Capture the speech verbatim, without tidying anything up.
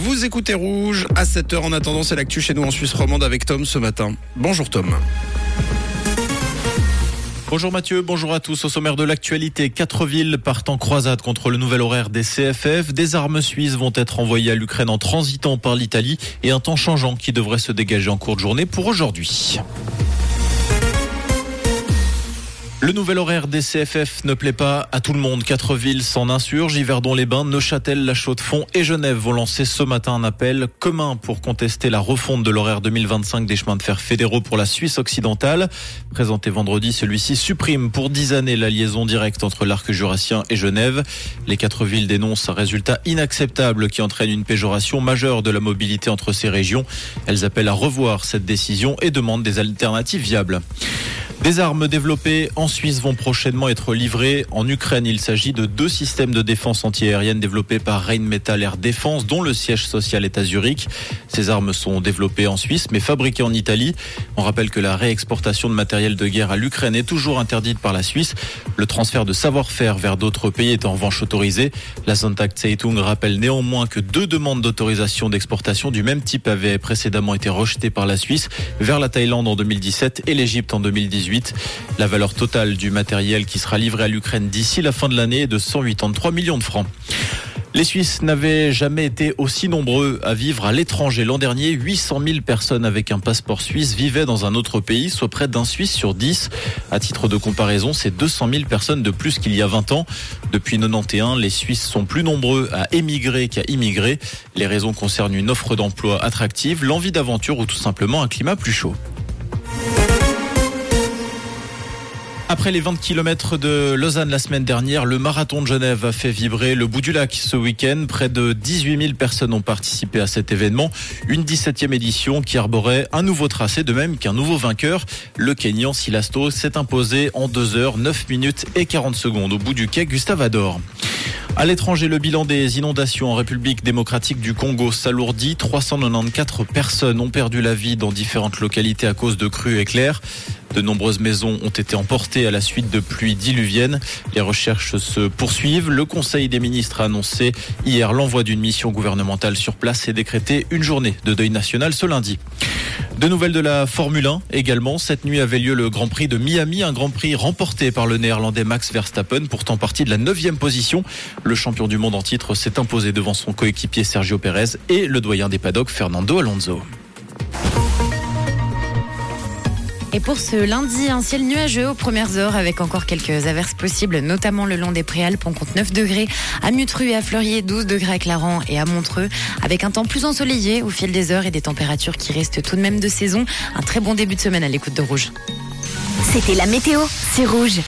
Vous écoutez Rouge à sept heures. En attendant, c'est l'actu chez nous en Suisse romande avec Tom ce matin. Bonjour Tom. Bonjour Mathieu, bonjour à tous. Au sommaire de l'actualité, quatre villes partent en croisade contre le nouvel horaire des C F F. Des armes suisses vont être envoyées à l'Ukraine en transitant par l'Italie et un temps changeant qui devrait se dégager en cours de journée pour aujourd'hui. Le nouvel horaire des C F F ne plaît pas à tout le monde. Quatre villes s'en insurgent. Yverdon-les-Bains, Neuchâtel, La Chaux-de-Fonds et Genève vont lancer ce matin un appel commun pour contester la refonte de l'horaire deux mille vingt-cinq des chemins de fer fédéraux pour la Suisse occidentale. Présenté vendredi, celui-ci supprime pour dix années la liaison directe entre l'arc jurassien et Genève. Les quatre villes dénoncent un résultat inacceptable qui entraîne une péjoration majeure de la mobilité entre ces régions. Elles appellent à revoir cette décision et demandent des alternatives viables. Des armes développées en Suisse vont prochainement être livrées en Ukraine. Il s'agit de deux systèmes de défense antiaérienne développés par Rheinmetall Air Défense, dont le siège social est à Zurich. Ces armes sont développées en Suisse, mais fabriquées en Italie. On rappelle que la réexportation de matériel de guerre à l'Ukraine est toujours interdite par la Suisse. Le transfert de savoir-faire vers d'autres pays est en revanche autorisé. La Sonntagszeitung rappelle néanmoins que deux demandes d'autorisation d'exportation du même type avaient précédemment été rejetées par la Suisse vers la Thaïlande en deux mille dix-sept et l'Égypte en deux mille dix-huit. La valeur totale du matériel qui sera livré à l'Ukraine d'ici la fin de l'année est de cent quatre-vingt-trois millions de francs. Les Suisses n'avaient jamais été aussi nombreux à vivre à l'étranger. L'an dernier, huit cent mille personnes avec un passeport suisse vivaient dans un autre pays, soit près d'un Suisse sur dix. À titre de comparaison, c'est deux cent mille personnes de plus qu'il y a vingt ans. Depuis mille neuf cent quatre-vingt-onze, les Suisses sont plus nombreux à émigrer qu'à immigrer. Les raisons concernent une offre d'emploi attractive, l'envie d'aventure ou tout simplement un climat plus chaud. Après les vingt kilomètres de Lausanne la semaine dernière, le marathon de Genève a fait vibrer le bout du lac ce week-end. Près de dix-huit mille personnes ont participé à cet événement. Une dix-septième édition qui arborait un nouveau tracé, de même qu'un nouveau vainqueur. Le Kenyan Silasto s'est imposé en deux heures, neuf minutes et quarante secondes au bout du quai Gustave Ador. À l'étranger, le bilan des inondations en République démocratique du Congo s'alourdit. trois cent quatre-vingt-quatorze personnes ont perdu la vie dans différentes localités à cause de crues éclairs. De nombreuses maisons ont été emportées à la suite de pluies diluviennes. Les recherches se poursuivent. Le Conseil des ministres a annoncé hier l'envoi d'une mission gouvernementale sur place et décrété une journée de deuil national ce lundi. De nouvelles de la Formule un également. Cette nuit avait lieu le Grand Prix de Miami, un Grand Prix remporté par le Néerlandais Max Verstappen, pourtant parti de la neuvième position. Le champion du monde en titre s'est imposé devant son coéquipier Sergio Pérez et le doyen des paddocks Fernando Alonso. Et pour ce lundi, un ciel nuageux aux premières heures avec encore quelques averses possibles, notamment le long des Préalpes. On compte neuf degrés à Mutru et à Fleurier, douze degrés à Clarens et à Montreux, avec un temps plus ensoleillé au fil des heures et des températures qui restent tout de même de saison. Un très bon début de semaine à l'écoute de Rouge. C'était la météo, c'est Rouge.